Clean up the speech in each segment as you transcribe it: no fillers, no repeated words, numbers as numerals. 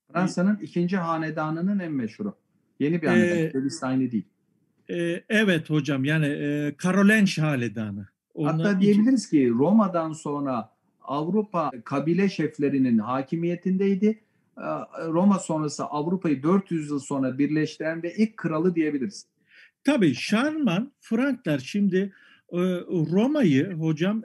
Fransa'nın ikinci hanedanının en meşhuru. Yeni bir hanedan. E, Liste aynı değil. evet hocam, yani Karolenş hanedanı. Hatta diyebiliriz ki Roma'dan sonra Avrupa kabile şeflerinin hakimiyetindeydi. Roma sonrası Avrupa'yı 400 yıl sonra birleştiren ve ilk kralı diyebiliriz. Tabii Şarman, Franklar şimdi Roma'yı hocam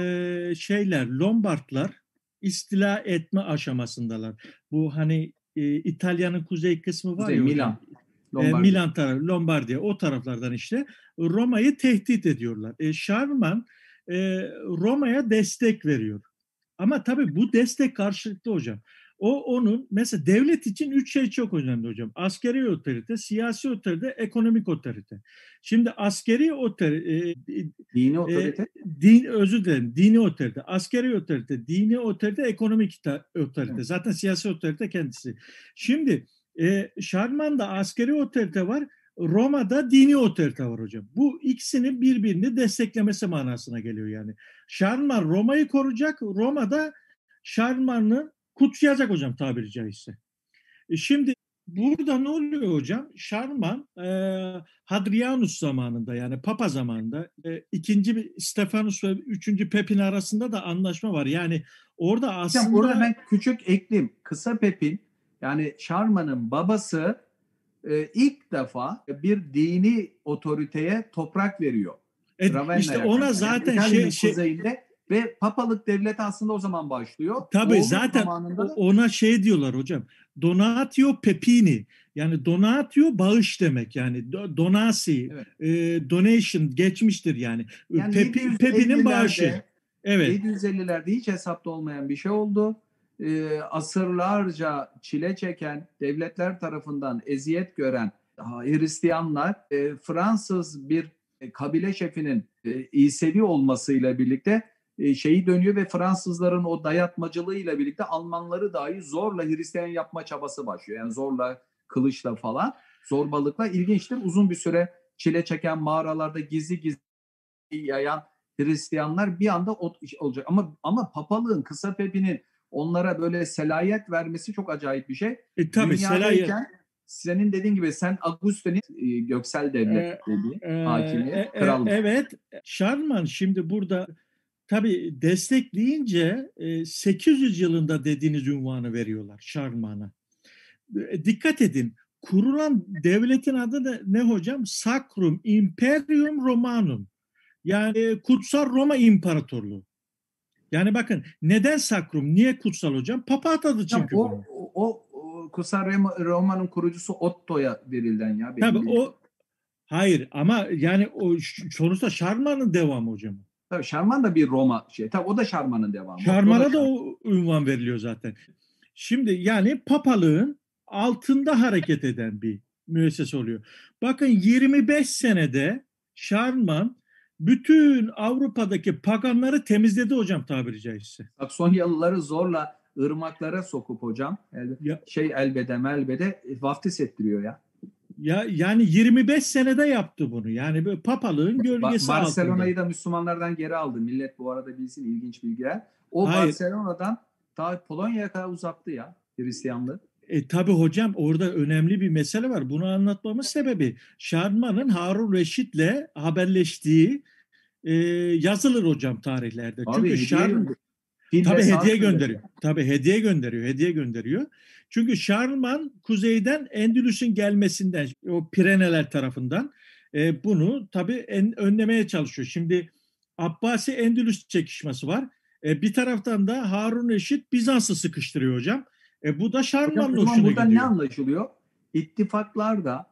Lombardlar istila etme aşamasındalar. Bu hani İtalya'nın kuzey kısmı var ya hocam. Milan, Lombardi. Milan tarafı, Lombardiya, o taraflardan işte Roma'yı tehdit ediyorlar. Şarman Roma'ya destek veriyor. Ama tabii bu destek karşılıklı hocam. Onun mesela devlet için üç şey çok önemli hocam. Askeri otorite, siyasi otorite, ekonomik otorite. Şimdi askeri otorite, dini otorite, özür dilerim, dini otorite, askeri otorite, dini otorite, ekonomik otorite. Evet. Zaten siyasi otorite kendisi. Şimdi Şarman'da askeri otorite var. Roma'da dini otorite var hocam. Bu ikisinin birbirini desteklemesi manasına geliyor yani. Şarman Roma'yı koruyacak, Roma'da Şarman'ı kutsayacak hocam tabiri caizse. Şimdi burada ne oluyor hocam? Şarman Hadrianus zamanında, yani Papa zamanında ikinci Stefanus ve üçüncü Pepin arasında da anlaşma var. Yani orada aslında... Hocam, orada ben küçük ekleyeyim. Kısa Pepin, yani Şarman'ın babası ilk defa bir dini otoriteye toprak veriyor. İşte ona zaten İtalya'nın kuzeyinde ve papalık devleti aslında o zaman başlıyor. Tabii zaten ona diyorlar hocam. Donatio Pepini. Yani donatio bağış demek. Yani donasi, evet. Donation geçmiştir yani. Pepin'in bağışı. Evet. 750'lerde hiç hesapta olmayan bir şey oldu. Asırlarca çile çeken, devletler tarafından eziyet gören Hristiyanlar Fransız bir kabile şefinin İsevi olmasıyla birlikte şeyi dönüyor ve Fransızların o dayatmacılığıyla birlikte Almanları dahi zorla Hristiyan yapma çabası başlıyor. Yani zorla, kılıçla falan, zorbalıkla. İlginçtir. Uzun bir süre çile çeken, mağaralarda gizli gizli yayan Hristiyanlar bir anda olacak. Ama papalığın, Kısa Pepi'nin onlara böyle selayet vermesi çok acayip bir şey. Tabii Dünyadayken senin dediğin gibi Sen Agustin'in göksel devlet dediği hakimiyet, krallık. Evet. Şarman şimdi burada tabii destekleyince 800 yılında dediğiniz unvanı veriyorlar Şarman'a. Dikkat edin. Kurulan devletin adı ne hocam? Sacrum Imperium Romanum. Yani Kutsal Roma İmparatorluğu. Yani bakın, neden Sacrum? Niye kutsal hocam? Papa atadı çünkü bunu. O Kutsal Roma'nın kurucusu Otto'ya verilen ya. Tabii hayır ama yani o sonuçta Şarman'ın devamı hocam. Tabii Şarman da bir Roma şey. Tabii o da Şarman'ın devamı. Şarman'a da o ünvan veriliyor zaten. Şimdi yani papalığın altında hareket eden bir müessese oluyor. Bakın 25 senede Şarman bütün Avrupa'daki paganları temizledi hocam tabiri caizse. Saksonyalıları zorla ırmaklara sokup hocam elbede vaftiz ettiriyor ya. Yani 25 senede yaptı bunu. Yani böyle papalığın gölgesi altında. Barcelona'yı da Müslümanlardan geri aldı. Millet bu arada bilsin, ilginç bilgiler. Hayır. Barcelona'dan ta Polonya'ya kadar uzattı ya Hristiyanlığı. Tabii hocam, orada önemli bir mesele var. Bunu anlatmamın sebebi Şarman'ın Harun Reşit'le haberleştiği yazılır hocam tarihlerde. Abi, çünkü Şarman hediye gönderiyor. Tabii hediye gönderiyor. Çünkü Şarman kuzeyden Endülüs'ün gelmesinden, o Pireneler tarafından bunu tabii önlemeye çalışıyor. Şimdi Abbasi Endülüs çekişmesi var. Bir taraftan da Harun Reşit Bizans'ı sıkıştırıyor hocam. Bu da Şarman'ın hoşuna gidiyor. Buradan ne anlaşılıyor? İttifaklarda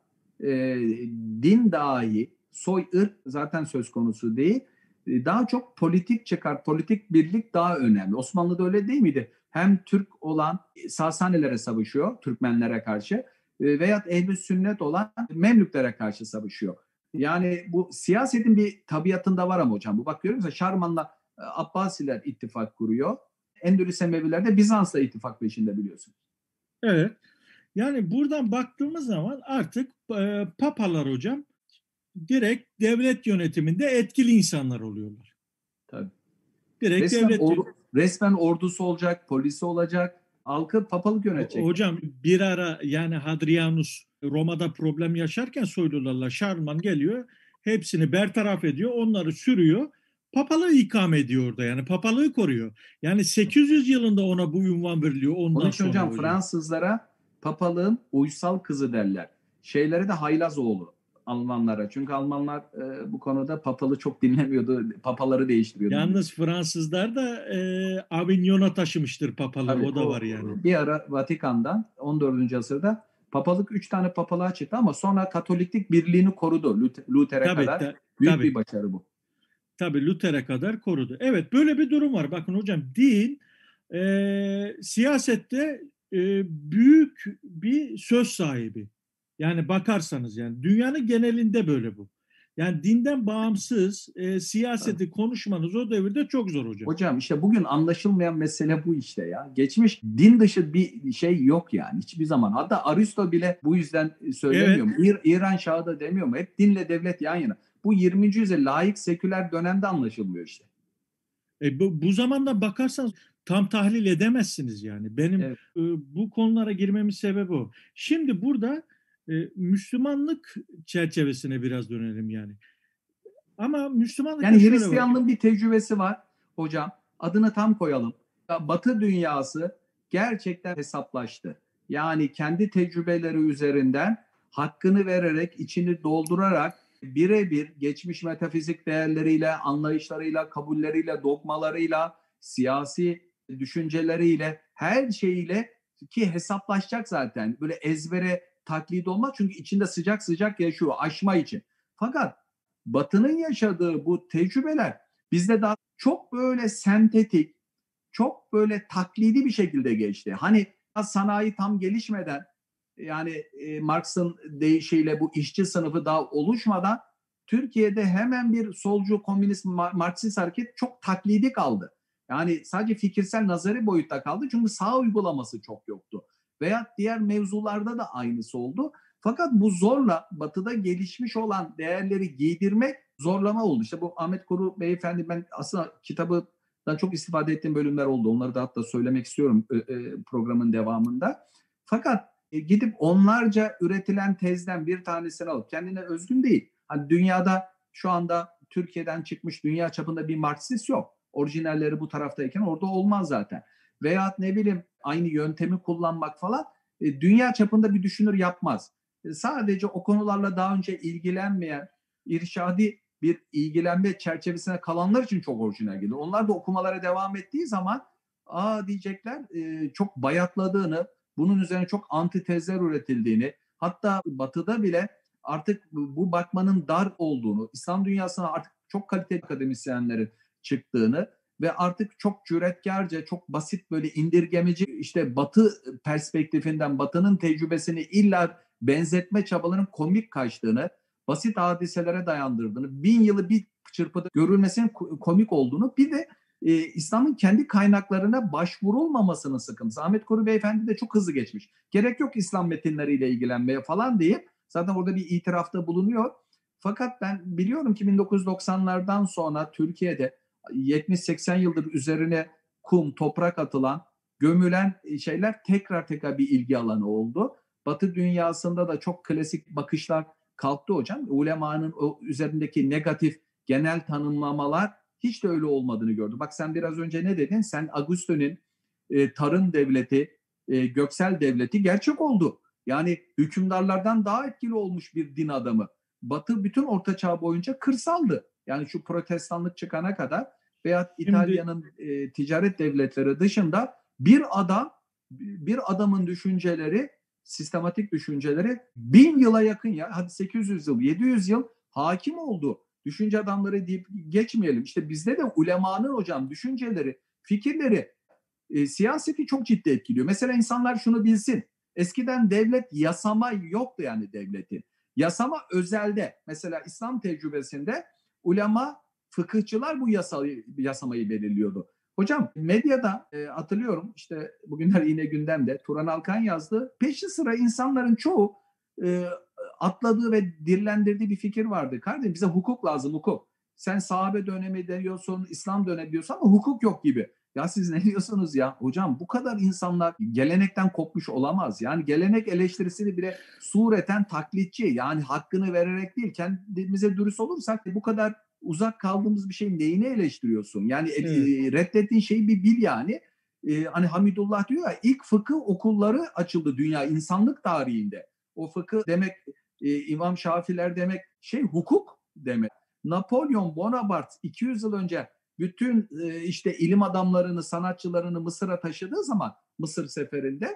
din dahi, soy, ırk zaten söz konusu değil. Daha çok politik çıkar, politik birlik daha önemli. Osmanlı'da öyle değil miydi? Hem Türk olan Sasanilere savaşıyor, Türkmenlere karşı veyahut Ehl-i Sünnet olan Memlüklere karşı savaşıyor. Yani bu siyasetin bir tabiatında var ama hocam. Bu bak, görüyor musun? Şarman'la Abbasiler ittifak kuruyor. Endülüs Emeviler de Bizans'la ittifak peşinde, biliyorsun. Evet. Yani buradan baktığımız zaman artık papalar hocam direkt devlet yönetiminde etkili insanlar oluyorlar. Tabii. Direkt resmen ordusu olacak, polisi olacak. Halkı papalık yönetecek. Hocam bir ara yani Hadrianus Roma'da problem yaşarken soylularla Şarlman geliyor. Hepsini bertaraf ediyor. Onları sürüyor. Papalığı ikame ediyor orada. Yani papalığı koruyor. Yani 800 yılında ona bu unvan veriliyor Onun ondan için sonra hocam hocam. Fransızlara papalığın uysal kızı derler. Şeylere de haylaz oğlu Almanlara. Çünkü Almanlar bu konuda papalı çok dinlemiyordu. Papaları değiştiriyordu. Yalnız Fransızlar da Avignon'a taşımıştır papalığı. Tabii O da var yani. bir ara Vatikan'dan 14. asırda papalık 3 tane papalığa çıktı ama sonra Katoliklik birliğini korudu. Luther'e Tabii, kadar. Büyük bir tabii. başarı bu. Tabii Luther'e kadar korudu. Evet böyle bir durum var. Bakın hocam din siyasette büyük bir söz sahibi. Yani bakarsanız yani dünyanın genelinde böyle bu. Yani dinden bağımsız siyaseti konuşmanız o devirde çok zor hocam. Hocam işte bugün anlaşılmayan mesele bu işte ya. Geçmiş din dışı bir şey yok yani hiçbir zaman. Hatta Aristo bile bu yüzden söylemiyor mu? İran Şahı da demiyor mu? Hep dinle devlet yan yana. Bu 20. yüzyıl laik seküler dönemde anlaşılmıyor işte. Bu zamanda bakarsanız tam tahlil edemezsiniz yani. Benim Evet. bu konulara girmemin sebebi o. Şimdi burada Müslümanlık çerçevesine biraz dönelim yani. Ama Müslümanlıkta Yani şöyle var. Hristiyanlığın bir tecrübesi var hocam. Adını tam koyalım. Batı dünyası gerçekten hesaplaştı. Yani kendi tecrübeleri üzerinden hakkını vererek, içini doldurarak birebir geçmiş metafizik değerleriyle, anlayışlarıyla, kabulleriyle, dogmalarıyla, siyasi düşünceleriyle, her şeyiyle ki hesaplaşacak zaten. Böyle ezbere taklit olmaz çünkü içinde sıcak sıcak yaşıyor aşma için. Fakat Batı'nın yaşadığı bu tecrübeler bizde daha çok böyle sentetik, çok böyle taklidi bir şekilde geçti. Hani sanayi tam gelişmeden yani Marx'ın deyişiyle bu işçi sınıfı daha oluşmadan Türkiye'de hemen bir solcu, komünist, Marksist hareket çok taklidi kaldı. Yani sadece fikirsel nazari boyutta kaldı çünkü sağ uygulaması çok yoktu. Veya diğer mevzularda da aynısı oldu. Fakat bu zorla Batı'da gelişmiş olan değerleri giydirmek zorlama oldu. İşte bu Ahmet Kuru beyefendi ben aslında kitabından çok istifade ettiğim bölümler oldu. Onları da hatta söylemek istiyorum programın devamında. Fakat gidip onlarca üretilen tezden bir tanesini alıp kendine özgün değil. Hani dünyada şu anda Türkiye'den çıkmış dünya çapında bir Marksist yok. Orijinalleri bu taraftayken orada olmaz zaten. Veya ne bileyim aynı yöntemi kullanmak falan dünya çapında bir düşünür yapmaz. Sadece o konularla daha önce ilgilenmeyen, irşadi bir ilgilenme çerçevesine kalanlar için çok orijinal gelir. Onlar da okumalara devam ettiği zaman diyecekler çok bayatladığını, bunun üzerine çok antitezler üretildiğini, hatta Batı'da bile artık bu bakmanın dar olduğunu, İslam dünyasına artık çok kaliteli akademisyenlerin çıktığını ve artık çok cüretkarca, çok basit böyle indirgemeci işte Batı perspektifinden, Batı'nın tecrübesini illa benzetme çabalarının komik kaçtığını, basit hadiselere dayandırdığını, 1000 yılı bir çırpıda görülmesinin komik olduğunu, bir de İslam'ın kendi kaynaklarına başvurulmamasının sıkıntısı. Ahmet Koru Beyefendi de çok hızlı geçmiş. Gerek yok İslam metinleriyle ilgilenmeye falan diye zaten orada bir itirafta bulunuyor. Fakat ben biliyorum ki 1990'lardan sonra Türkiye'de 70-80 yıldır üzerine kum, toprak atılan, gömülen şeyler tekrar bir ilgi alanı oldu. Batı dünyasında da çok klasik bakışlar kalktı hocam. Ulemanın o üzerindeki negatif genel tanımlamalar hiç de öyle olmadığını gördüm. Bak sen biraz önce ne dedin? Sen Augusto'nun tarım devleti, göksel devleti gerçek oldu. Yani hükümdarlardan daha etkili olmuş bir din adamı. Batı bütün Orta Çağ boyunca kırsaldı. Yani şu protestanlık çıkana kadar veya İtalya'nın ticaret devletleri dışında bir adamın düşünceleri, sistematik düşünceleri 1000 yıla yakın ya hadi 800 yıl, 700 yıl hakim oldu. Düşünce adamları deyip geçmeyelim. İşte bizde de ulemanın hocam düşünceleri, fikirleri siyaseti çok ciddi etkiliyor. Mesela insanlar şunu bilsin. Eskiden devlet yasama yoktu yani devletin. Yasama özelde. Mesela İslam tecrübesinde ulema, fıkıhçılar bu yasamayı belirliyordu. Hocam medyada hatırlıyorum işte bugünler yine gündemde Turan Alkan yazdı. Peşi sıra insanların çoğu atladığı ve dillendirdiği bir fikir vardı. Kardeşim bize hukuk lazım hukuk. Sen sahabe dönemi diyorsun, İslam dönemi diyorsun ama hukuk yok gibi. Ya siz ne diyorsunuz ya? Hocam bu kadar insanlar gelenekten kopmuş olamaz. Yani gelenek eleştirisini bile sureten taklitçi. Yani hakkını vererek değil, kendimize dürüst olursak bu kadar uzak kaldığımız bir şeyin neyini eleştiriyorsun? Yani Evet, reddettiğin şeyi bir bil yani. Hani Hamidullah diyor ya, ilk fıkıh okulları açıldı dünya insanlık tarihinde. O fıkıh demek İmam Şafiler demek hukuk demek. Napolyon Bonaparte 200 yıl önce bütün işte ilim adamlarını, sanatçılarını Mısır'a taşıdığı zaman Mısır seferinde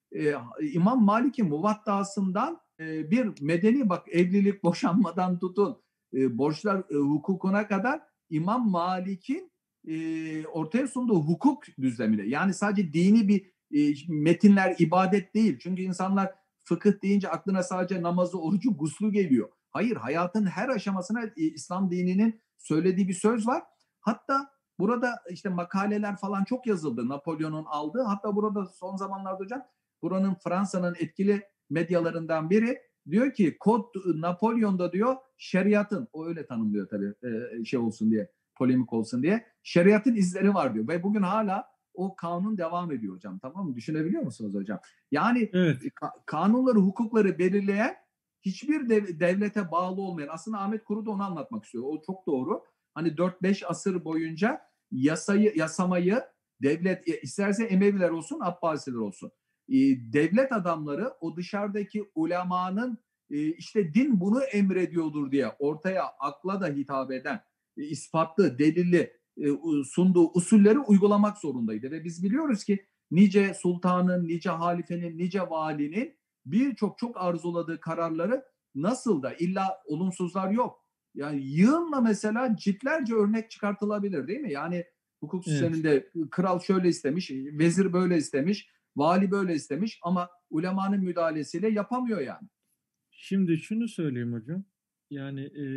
İmam Malik'in Muvatta'sından bir medeni, bak, evlilik, boşanmadan tutun borçlar hukukuna kadar İmam Malik'in ortaya sunduğu hukuk düzleminde. Yani sadece dini bir metinler, ibadet değil. Çünkü insanlar fıkıh deyince aklına sadece namazı, orucu, guslü geliyor. Hayır, hayatın her aşamasına İslam dininin söylediği bir söz var. Hatta burada işte makaleler falan çok yazıldı Napolyon'un aldığı. Hatta burada son zamanlarda hocam, buranın, Fransa'nın etkili medyalarından biri diyor ki Kod Napolyon'da diyor şeriatın, o öyle tanımlıyor tabii olsun diye, polemik olsun diye, şeriatın izleri var diyor ve bugün hala o kanun devam ediyor hocam, tamam mı? Düşünebiliyor musunuz hocam? Yani evet. kanunları, hukukları belirleyen, hiçbir devlete bağlı olmayan, aslında Ahmet Kuru da onu anlatmak istiyor. O çok doğru. Hani 4-5 asır boyunca yasamayı devlet, isterse Emeviler olsun, Abbasiler olsun, devlet adamları o dışarıdaki ulemanın işte din bunu emrediyordur diye ortaya akla da hitap eden ispatlı, delilli sunduğu usulleri uygulamak zorundaydı. Ve biz biliyoruz ki nice sultanın, nice halifenin, nice valinin birçok çok arzuladığı kararları nasıl da, illa olumsuzlar yok. Yani yığınla mesela ciltlerce örnek çıkartılabilir değil mi? Yani hukuk Evet. sisteminde kral şöyle istemiş, vezir böyle istemiş, vali böyle istemiş ama ulemanın müdahalesiyle yapamıyor yani. Şimdi şunu söyleyeyim hocam. Yani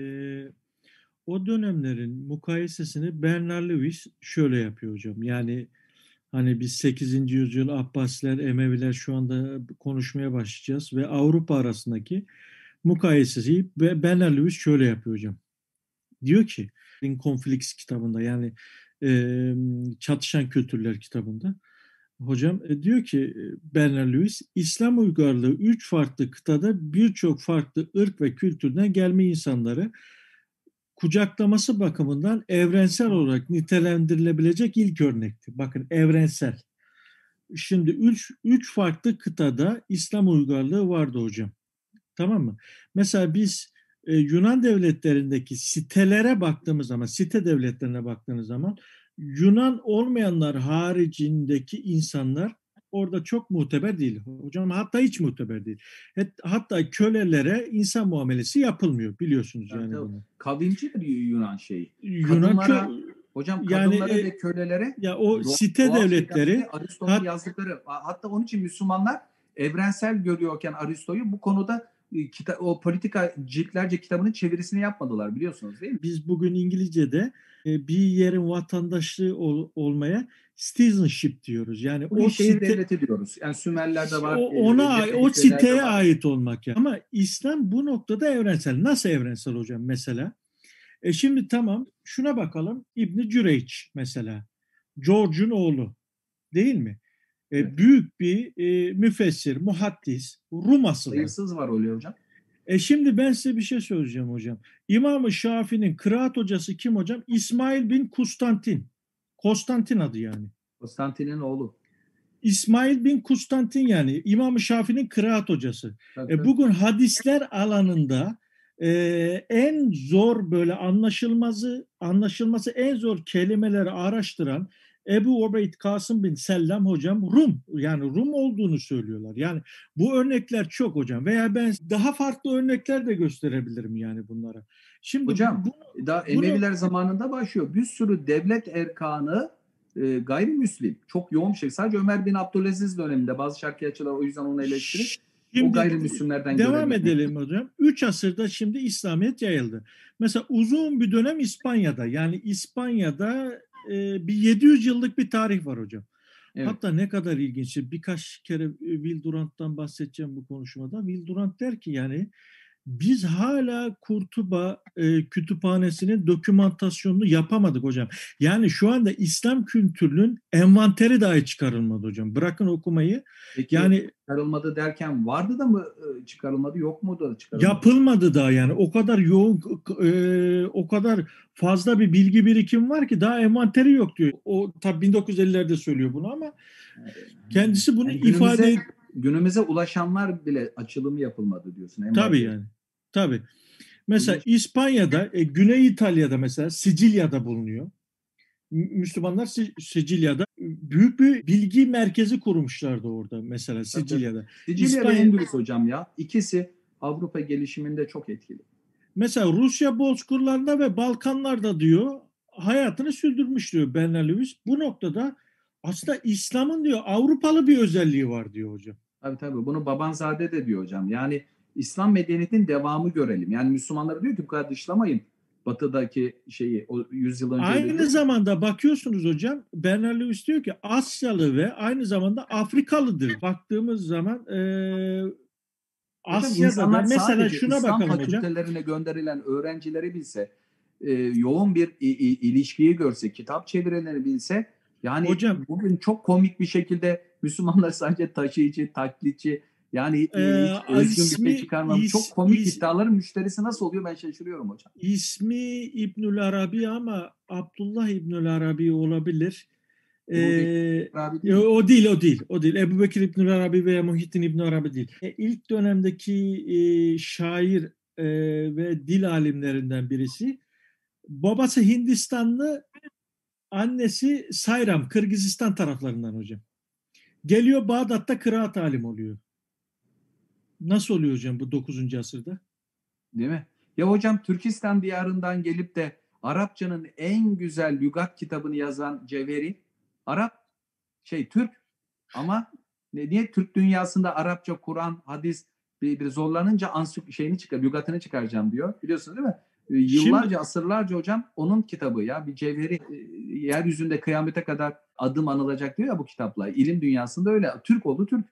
o dönemlerin mukayesesini Bernard Lewis şöyle yapıyor hocam. Yani hani biz 8. yüzyıl Abbasiler, Emeviler şu anda konuşmaya başlayacağız ve Avrupa arasındaki mukayesesi Bernard Lewis şöyle yapıyor hocam. Diyor ki In Conflicts kitabında, yani Çatışan Kültürler kitabında hocam, diyor ki Bernard Lewis, İslam uygarlığı 3 farklı kıtada birçok farklı ırk ve kültürden gelme insanları kucaklaması bakımından evrensel olarak nitelendirilebilecek ilk örnekti. Bakın, evrensel. Şimdi üç farklı kıtada İslam uygarlığı vardı hocam. Tamam mı? Mesela biz Yunan devletlerindeki sitelere baktığımız zaman, site devletlerine baktığınız zaman Yunan olmayanlar haricindeki insanlar orada çok muteber değil. Hocam, hatta hiç muteber değil. Hatta kölelere insan muamelesi yapılmıyor, biliyorsunuz Evet, yani evet. bunu. Kavimcidir Yunan şeyi. Yunan çok, Kadınlara, hocam, yani kadınlara ve kölelere ya o site doğal şeriatı devletleri, Aristo'nun hat, yazdıkları, hatta onun için Müslümanlar evrensel görüyorken Aristo'yu, bu konuda o politika ciltlerce kitabının çevirisini yapmadılar, biliyorsunuz değil mi? biz bugün İngilizce'de bir yerin vatandaşlığı olmaya citizenship diyoruz. Yani Bugün o şehir site, devleti diyoruz. Yani Sümerler'de var, o Lepelitelerde siteye var. ait olmak. Yani. Ama İslam bu noktada evrensel. Nasıl evrensel hocam mesela? Şimdi tamam, şuna bakalım. İbn Cüreyç mesela. George'un oğlu, değil mi? Evet. Büyük bir müfessir, muhaddis, Rum asıllı. Sayısız var oluyor hocam. Şimdi ben size bir şey söyleyeceğim hocam. İmam-ı Şafii'nin kıraat hocası kim hocam? İsmail bin Konstantin. Konstantin adı yani. Konstantin'in oğlu. İsmail bin Konstantin, yani İmam-ı Şafii'nin kıraat hocası. Tabii, tabii. Bugün hadisler alanında e, en zor, böyle anlaşılması en zor kelimeleri araştıran Ebu Ubeyd Kasım bin Sellem hocam Rum, yani Rum olduğunu söylüyorlar. Yani bu örnekler çok hocam, veya ben daha farklı örnekler de gösterebilirim yani bunlara. Şimdi Hocam daha bunu Emeviler zamanında başlıyor. Bir sürü devlet erkanı gayrimüslim. Çok yoğun bir şey. Sadece Ömer bin Abdülaziz döneminde bazı şarkiyatçılar o yüzden onu eleştirir. O Şimdi gayrimüslimlerden görev devam yapmak. edelim hocam. 3 asırda şimdi İslamiyet yayıldı. Mesela uzun bir dönem İspanya'da, yani İspanya'da bir 700 yıllık bir tarih var hocam. Evet. Hatta ne kadar ilginç. Birkaç kere Will Durant'tan bahsedeceğim bu konuşmada. Will Durant der ki, yani Biz hala Kurtuba kütüphanesinin dokümantasyonunu yapamadık hocam. Yani şu anda İslam kültürünün envanteri dahi çıkarılmadı hocam. Bırakın okumayı. Peki Yani çıkarılmadı derken vardı da mı çıkarılmadı, yok mu da çıkarılmadı? yapılmadı daha yani. O kadar yoğun, o kadar fazla bir bilgi birikim var ki daha envanteri yok diyor. O tabii 1950'lerde söylüyor bunu ama kendisi bunu Yani ifade günümüze ulaşanlar bile açılımı yapılmadı diyorsun en tabii başta. yani. Tabii. Mesela İlginç. İspanya'da, Güney İtalya'da mesela Sicilya'da bulunuyor. Müslümanlar Sicilya'da büyük bir bilgi merkezi kurmuşlardı orada mesela Tabii, tabii. Sicilya'da. Sicilya ve İspanya Endülüs hocam ya. İkisi Avrupa gelişiminde çok etkili. mesela Rusya bozkırlarında ve Balkanlarda diyor hayatını sürdürmüş diyor Bernard-Lewis. Bu noktada aslında İslam'ın diyor Avrupalı bir özelliği var diyor hocam. Tabii, tabii. Bunu Babanzade de diyor hocam. Yani İslam medeniyetinin devamı görelim. Yani Müslümanlara diyor ki bu kadar dışlamayın. Batı'daki şeyi o 100 yıl önce öyle Aynı diyor. zamanda bakıyorsunuz hocam Bernard-Lewis diyor ki Asyalı ve aynı zamanda Afrikalıdır. Baktığımız zaman Hocam Asya'da da insanlar mesela sadece şuna İslam bakalım hocam. fakültelerine gönderilen öğrencileri bilse, yoğun bir ilişkiyi görse, kitap çevirelerini bilse, yani Hocam bugün çok komik bir şekilde Müslümanlar sadece taşıyıcı, taklitçi, yani hiç özgün bir şey ismi çıkarmamış. Çok komik iddiaların müşterisi nasıl oluyor ben şaşırıyorum hocam. ismi İbnül Arabi ama Abdullah İbnül Arabi olabilir. Ebu Bekir abi değil mi? O değil, o değil, o değil. Ebu Bekir İbnül Arabi veya Muhittin İbnül Arabi değil. İlk dönemdeki şair ve dil alimlerinden birisi. Babası Hindistanlı, annesi Sayram, Kırgızistan taraflarından hocam. Geliyor Bağdat'ta kıraat alim oluyor. Nasıl oluyor hocam bu 9. asırda? Değil mi? Ya hocam Türkistan diyarından gelip de Arapçanın en güzel lügat kitabını yazan Cevheri Arap Türk ama niye Türk dünyasında Arapça, Kur'an, hadis bir zorlanınca şeyini çıkar, lügatını çıkaracağım diyor. Biliyorsunuz değil mi? Şimdi Yıllarca, asırlarca hocam onun kitabı ya bir Cevheri yeryüzünde kıyamete kadar adım anılacak diyor ya bu kitapla. İlim dünyasında öyle. Türk oldu Türk.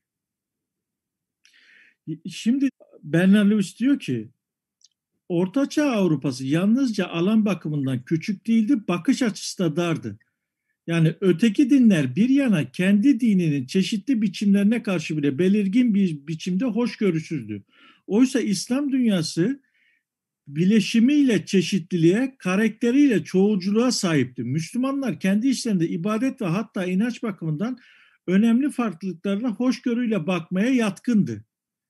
şimdi Bernard Lewis diyor ki Orta Çağ Avrupası yalnızca alan bakımından küçük değildi, bakış açısı da dardı. Yani öteki dinler bir yana kendi dininin çeşitli biçimlerine karşı bile belirgin bir biçimde hoşgörüsüzdü. Oysa İslam dünyası bileşimiyle çeşitliliğe, karakteriyle çoğulculuğa sahipti. Müslümanlar kendi işlerinde ibadet ve hatta inanç bakımından önemli farklılıklarına hoşgörüyle bakmaya yatkındı.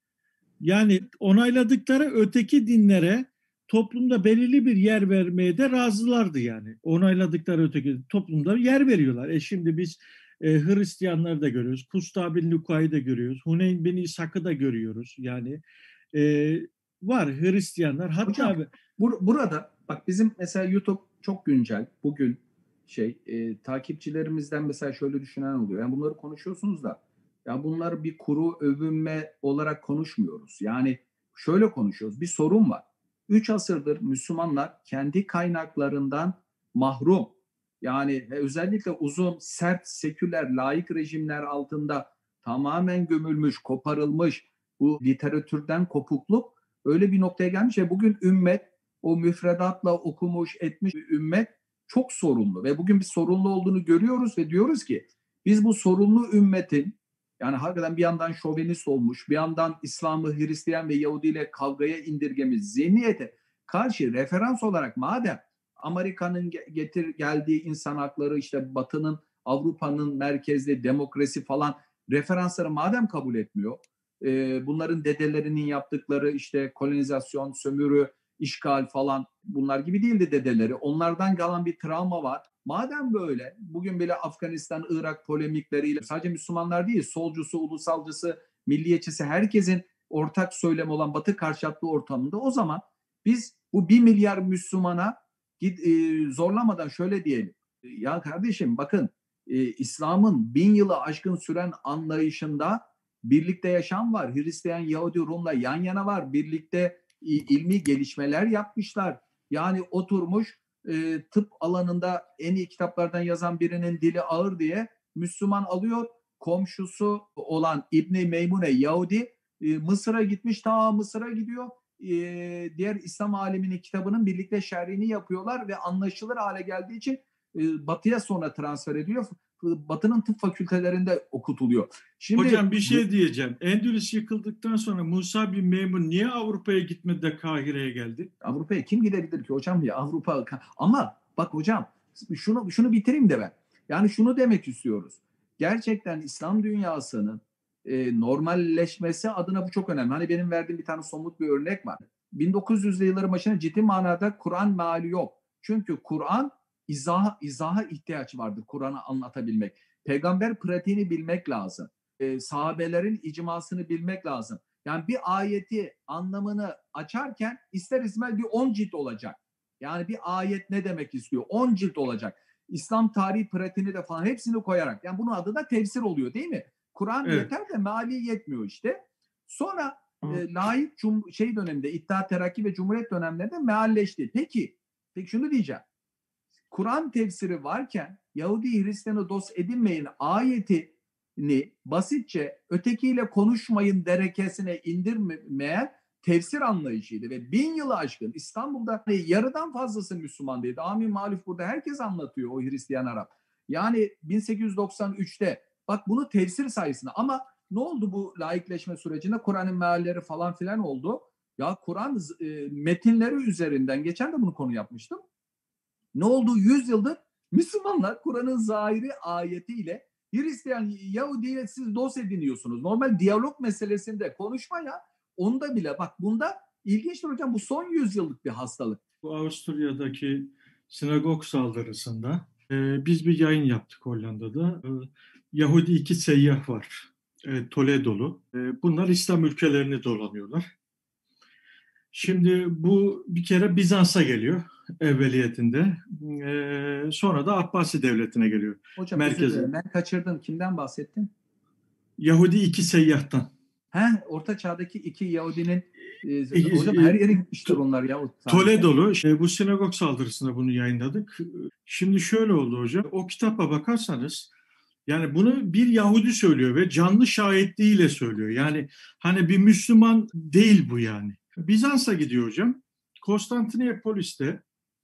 Yani onayladıkları öteki dinlere toplumda belirli bir yer vermeye de razılardı yani. Onayladıkları öteki toplumda yer veriyorlar. Şimdi biz Hristiyanları da görüyoruz. Kusta bin Luka'yı da görüyoruz. Huneyn bin İshak'ı da görüyoruz. Yani e, var Hristiyanlar. Hocam Hatta burada bak bizim mesela YouTube çok güncel. Bugün takipçilerimizden mesela şöyle düşünen oluyor. Yani bunları konuşuyorsunuz da ya bunlar bir kuru övünme olarak konuşmuyoruz. Yani şöyle konuşuyoruz. Bir sorun var. 3 asırdır Müslümanlar kendi kaynaklarından mahrum. Yani özellikle uzun, sert, seküler, laik rejimler altında tamamen gömülmüş, koparılmış bu literatürden kopukluk öyle bir noktaya gelmiş ve bugün ümmet o müfredatla okumuş etmiş bir ümmet çok sorunlu ve bugün bir sorunlu olduğunu görüyoruz ve diyoruz ki biz bu sorunlu ümmetin yani hakikaten bir yandan şovenist olmuş, bir yandan İslam'ı Hristiyan ve Yahudi ile kavgaya indirgemiş zihniyete karşı referans olarak madem Amerika'nın geldiği insan hakları işte Batı'nın Avrupa'nın merkezli demokrasi falan referansları madem kabul etmiyor bunların dedelerinin yaptıkları işte kolonizasyon, sömürü, işgal falan bunlar gibi değildi dedeleri. Onlardan kalan bir travma var. Madem böyle bugün bile Afganistan, Irak polemikleriyle sadece Müslümanlar değil solcusu, ulusalcısı, milliyetçisi herkesin ortak söylemi olan Batı karşıtlığı ortamında o zaman biz bu 1 milyar Müslümana zorlamadan şöyle diyelim. Ya kardeşim bakın İslam'ın 1000 yılı aşkın süren anlayışında birlikte yaşam var. Hristiyan, Yahudi, Rum'la yan yana var. Birlikte ilmi gelişmeler yapmışlar. Yani oturmuş tıp alanında en iyi kitaplardan yazan birinin dili ağır diye Müslüman alıyor. Komşusu olan İbni Meymune Yahudi Mısır'a gitmiş. Ta Mısır'a gidiyor. diğer İslam aliminin kitabının birlikte şerhini yapıyorlar ve anlaşılır hale geldiği için Batı'ya sonra transfer ediliyor. Batı'nın tıp fakültelerinde okutuluyor. Şimdi hocam bir şey diyeceğim. Endülüs yıkıldıktan sonra Musa bin Meymun niye Avrupa'ya gitmedi de Kahire'ye geldi? Avrupa'ya kim gidebilir ki hocam ya? Avrupa, ama bak hocam şunu bitireyim de ben. Yani şunu demek istiyoruz. Gerçekten İslam dünyasının normalleşmesi adına bu çok önemli. Hani benim verdiğim bir tane somut bir örnek var. 1900'lü yılların başına ciddi manada Kur'an meali yok. Çünkü Kur'an izaha ihtiyaç vardır Kur'an'ı anlatabilmek. Peygamber pratiğini bilmek lazım. Sahabelerin icmasını bilmek lazım. Yani bir ayeti anlamını açarken ister istemez bir 10 cilt olacak. Yani bir ayet ne demek istiyor? 10 cilt olacak. İslam tarihi pratiğini de falan hepsini koyarak. Yani bunun adı da tefsir oluyor değil mi? Kur'an yeter de meali yetmiyor işte. Sonra laik döneminde, İttihat Terakki ve Cumhuriyet dönemlerinde mealleşti. Peki şunu diyeceğim. Kur'an tefsiri varken Yahudi Hristiyanı dost edinmeyin ayetini basitçe ötekiyle konuşmayın derekesine indirmeyen tefsir anlayışıydı ve 1000 yılı aşkın İstanbul'da yarıdan fazlası Müslüman. Amin maluf burada herkes anlatıyor o Hristiyan Arap. Yani 1893'te bak bunu tefsir sayesinde, ama ne oldu bu laikleşme sürecinde? Kur'an'ın mealleri falan filan oldu. Ya Kur'an metinleri üzerinden geçen de bunu konu yapmıştım. Ne oldu? 100 yıldır Müslümanlar Kur'an'ın zahiri ayetiyle Hristiyan, Yahudi'ye siz dost ediniyorsunuz. Normal diyalog meselesinde konuşmaya, onda bile bak bunda ilginçtir hocam, bu son 100 yıllık bir hastalık. Bu Avusturya'daki sinagog saldırısında biz bir yayın yaptık Hollanda'da. Yahudi 2 seyyah var. Toledolu. Bunlar İslam ülkelerini dolanıyorlar. Şimdi bu bir kere Bizans'a geliyor evveliyetinde. Sonra da Abbasi Devleti'ne geliyor. Hocam merkezi. Ben kaçırdım. Kimden bahsettin? Yahudi 2 seyyahtan. Orta çağdaki 2 Yahudinin hocam her yere gitmişler onlar ya. Toledolu. Bu sinagog saldırısında bunu yayınladık. Şimdi şöyle oldu hocam. O kitaba bakarsanız yani bunu bir Yahudi söylüyor ve canlı şahitliğiyle söylüyor. Yani hani bir Müslüman değil bu yani. Bizans'a gidiyor hocam. Konstantinopolis'te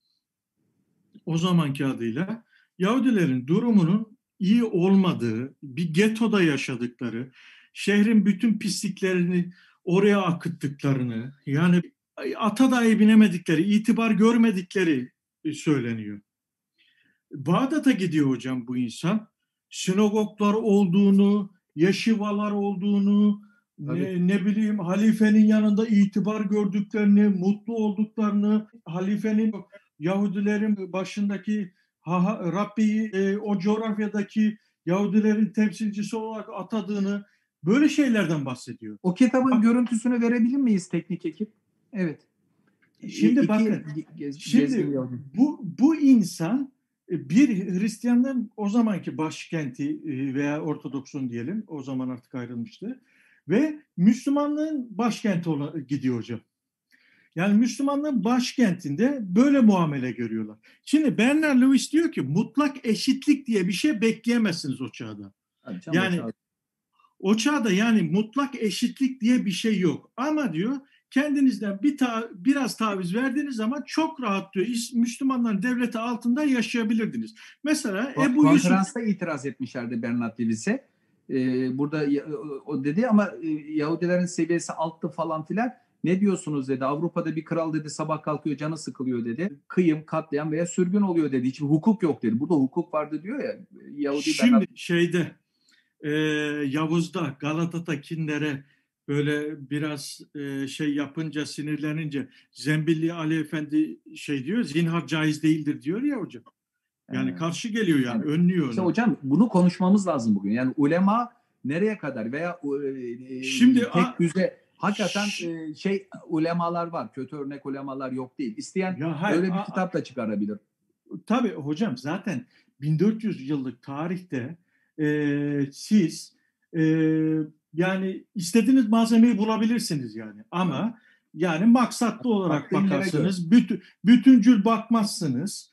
o zamanki adıyla Yahudilerin durumunun iyi olmadığı, bir getoda yaşadıkları, şehrin bütün pisliklerini oraya akıttıklarını, yani ata dahi binemedikleri, itibar görmedikleri söyleniyor. Bağdat'a gidiyor hocam bu insan. Sinagoglar olduğunu, yeşivalar olduğunu, ne bileyim halifenin yanında itibar gördüklerini, mutlu olduklarını, halifenin Yahudilerin başındaki Rabbi'yi o coğrafyadaki Yahudilerin temsilcisi olarak atadığını, böyle şeylerden bahsediyor. O kitabın görüntüsünü verebilir miyiz teknik ekip? Evet. Şimdi bakın, şimdi bu insan bir Hristiyanlığın o zamanki başkenti veya Ortodoksun diyelim, o zaman artık ayrılmıştı ve Müslümanlığın başkenti gidiyor hocam. Yani Müslümanlığın başkentinde böyle muamele görüyorlar. Şimdi Bernard Lewis diyor ki mutlak eşitlik diye bir şey bekleyemezsiniz o çağda. Yani o çağda yani mutlak eşitlik diye bir şey yok. Ama diyor kendinizden biraz taviz verdiğiniz zaman çok rahat diyor Müslümanların devleti altında yaşayabilirdiniz. Mesela Ebu Yusuf... Konferansta itiraz etmişlerdi Bernard Lewis'e. Burada o dedi ama Yahudilerin seviyesi alttı falan filan. Ne diyorsunuz dedi. Avrupa'da bir kral dedi sabah kalkıyor canı sıkılıyor dedi. Kıyım, katliam veya sürgün oluyor dedi. Hiç hukuk yok dedi. Burada hukuk vardı diyor ya. Yahudi şimdi şeyde Yavuz'da Galata'dakilere böyle biraz şey yapınca, sinirlenince Zembilli Ali Efendi şey diyor, zinhar caiz değildir diyor ya hocam. Yani karşı geliyor yani önlüyor onu. İşte hocam bunu konuşmamız lazım bugün. Yani ulema nereye kadar veya şimdi tek düze hakikaten ulemalar var. Kötü örnek ulemalar yok değil. İsteyen öyle bir kitap da çıkarabilir. Tabii hocam zaten 1400 yıllık tarihte siz yani istediğiniz malzemeyi bulabilirsiniz yani. Ama yani maksatlı olarak bakarsınız, bütüncül bakmazsınız.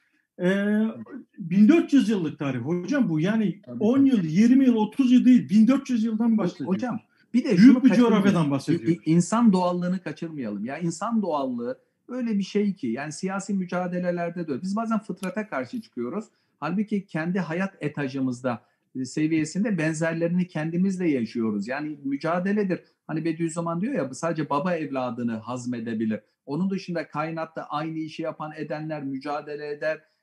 1400 yıllık tarih hocam bu yani 10 yıl, 20 yıl, 30 yıl değil 1400 yıldan başlıyor. Hocam Bir de şunu Büyük bir kaçırmayalım. coğrafyadan bahsediyoruz. İnsan doğallığını kaçırmayalım. Ya insan doğallığı öyle bir şey ki, yani siyasi mücadelelerde de öyle. Biz bazen fıtrata karşı çıkıyoruz. Halbuki kendi hayat etajımızda seviyesinde benzerlerini kendimizle yaşıyoruz. Yani mücadeledir. Hani Bediüzzaman diyor ya, sadece baba evladını hazmedebilir. Onun dışında kainatta aynı işi yapan edenler mücadele eder.